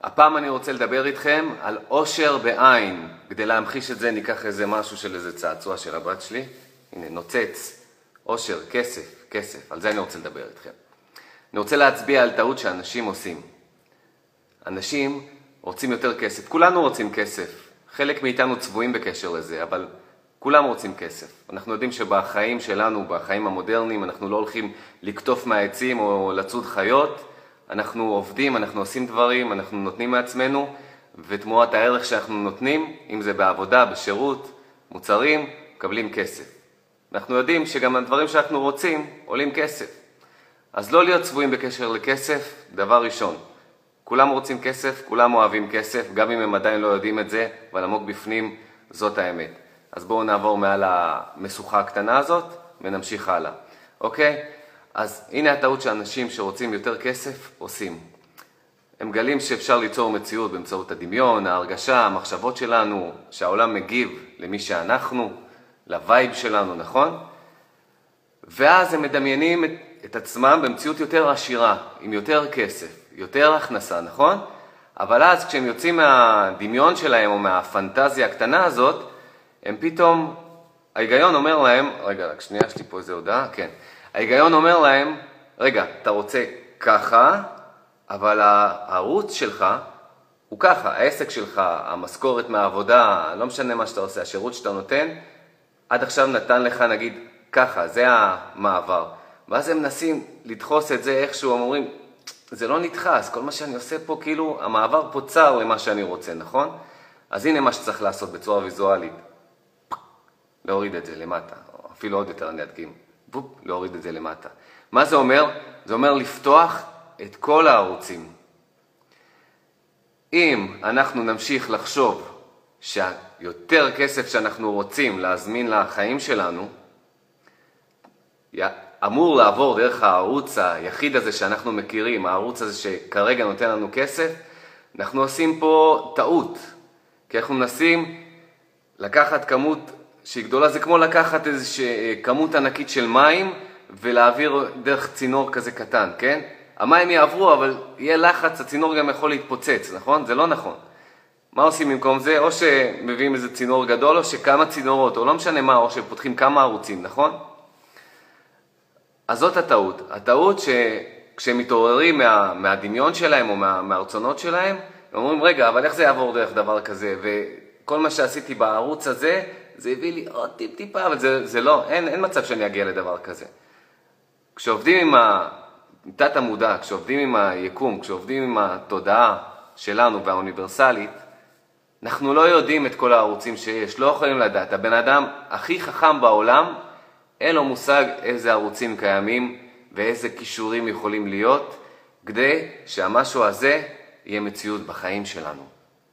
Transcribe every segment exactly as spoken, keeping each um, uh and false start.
הפעם אני רוצה לדבר איתכם על עושר בעין. כדי להמחיש את זה ניקח איזה משהו של איזה צעצוע של הבת שלי. הנה, נוצץ, עושר, כסף, כסף. על זה אני רוצה לדבר איתכם. אני רוצה להצביע על טעות שאנשים עושים. אנשים רוצים יותר כסף. כולנו רוצים כסף. חלק מאיתנו צבועים בקשר לזה, אבל כולם רוצים כסף. אנחנו יודעים שבחיים שלנו, בחיים המודרניים, אנחנו לא הולכים לקטוף מהעצים או לצוד חיות. אנחנו עובדים, אנחנו עושים דברים, אנחנו נותנים מעצמנו, ותמורת הערך שאנחנו נותנים, אם זה בעבודה, בשירות, מוצרים, מקבלים כסף. אנחנו יודעים שגם הדברים שאנחנו רוצים עולים כסף. אז לא להיות צבועים בקשר לכסף, דבר ראשון. כולם רוצים כסף, כולם אוהבים כסף, גם אם הם עדיין לא יודעים את זה, אבל עמוק בפנים זאת האמת. אז בואו נעבור מעל המשוכה הקטנה הזאת ונמשיך הלאה. אוקיי? אז הנה הטעות שאנשים שרוצים יותר כסף עושים. הם גלים שאפשר ליצור מציאות באמצעות הדמיון, ההרגשה, המחשבות שלנו, שהעולם מגיב למי שאנחנו, לווייב שלנו, נכון? ואז הם מדמיינים את, את עצמם במציאות יותר עשירה, עם יותר כסף, יותר הכנסה, נכון? אבל אז כשהם יוצאים מהדמיון שלהם או מהפנטזיה הקטנה הזאת, הם פתאום, ההיגיון אומר להם, רגע, רק שנייה, יש לי פה איזה הודעה, כן. ההיגיון אומר להם, רגע, אתה רוצה ככה, אבל הערוץ שלך הוא ככה, העסק שלך, המשכורת מהעבודה, לא משנה מה שאתה עושה, השירות שאתה נותן, עד עכשיו נתן לך נגיד ככה, זה המעבר. ואז הם מנסים לדחוס את זה איכשהו, הם אומרים, זה לא נדחס, כל מה שאני עושה פה כאילו, המעבר פה צר למה שאני רוצה, נכון? אז הנה מה שצריך לעשות בצורה ויזואלית. להוריד את זה למטה, או אפילו עוד יותר אני אדגים. בופ, להוריד את זה למטה. מה זה אומר? זה אומר לפתוח את כל הערוצים. אם אנחנו נמשיך לחשוב שיותר כסף שאנחנו רוצים להזמין לחיים שלנו, אמור לעבור דרך הערוץ היחיד הזה שאנחנו מכירים, הערוץ הזה שכרגע נותן לנו כסף, אנחנו עושים פה טעות. כי אנחנו מנסים לקחת כמות שהיא גדולה, זה כמו לקחת איזושהי כמות ענקית של מים ולהעביר דרך צינור כזה קטן, כן? המים יעברו, אבל יהיה לחץ, הצינור גם יכול להתפוצץ, נכון? זה לא נכון. מה עושים במקום זה? או שמביאים איזה צינור גדול, או שכמה צינורות, או לא משנה מה, או שפותחים כמה ערוצים, נכון? אז זאת הטעות. הטעות שכשהם מתעוררים מה, מהדמיון שלהם או מה, מהרצונות שלהם, הם אומרים, רגע, אבל איך זה יעבור דרך דבר כזה? וכל מה שעשיתי בערוץ הזה, זה הביא לי עוד טיפ טיפה, אבל זה, זה לא, אין, אין מצב שאני אגיע לדבר כזה. כשעובדים עם תת המודע, כשעובדים עם היקום, כשעובדים עם התודעה שלנו והאוניברסלית, אנחנו לא יודעים את כל הערוצים שיש, לא יכולים לדעת. הבן אדם הכי חכם בעולם, אין לו מושג איזה ערוצים קיימים ואיזה קישורים יכולים להיות, כדי שהמשהו הזה יהיה מציאות בחיים שלנו.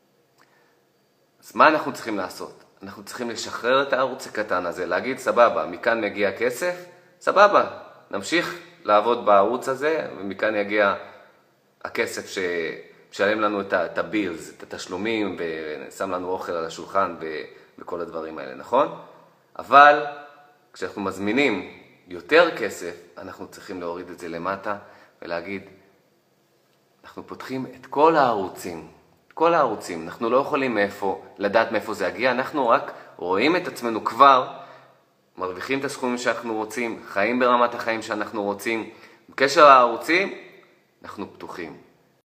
אז מה אנחנו צריכים לעשות? אנחנו צריכים לשחרר את הערוץ הקטן הזה, להגיד סבבה, מכאן מגיע כסף, סבבה, נמשיך לעבוד בערוץ הזה, ומכאן יגיע הכסף שמשלם לנו את הבילס, את התשלומים, ושם לנו אוכל על השולחן וכל הדברים האלה, נכון? אבל כשאנחנו מזמינים יותר כסף, אנחנו צריכים להוריד את זה למטה ולהגיד, אנחנו פותחים את כל הערוצים, כל הערוצים, אנחנו לא יכולים מאיפה, לדעת מאיפה זה יגיע, אנחנו רק רואים את עצמנו כבר, מרוויחים את הסכומים שאנחנו רוצים, חיים ברמת החיים שאנחנו רוצים, בקשר לערוצים, אנחנו פתוחים.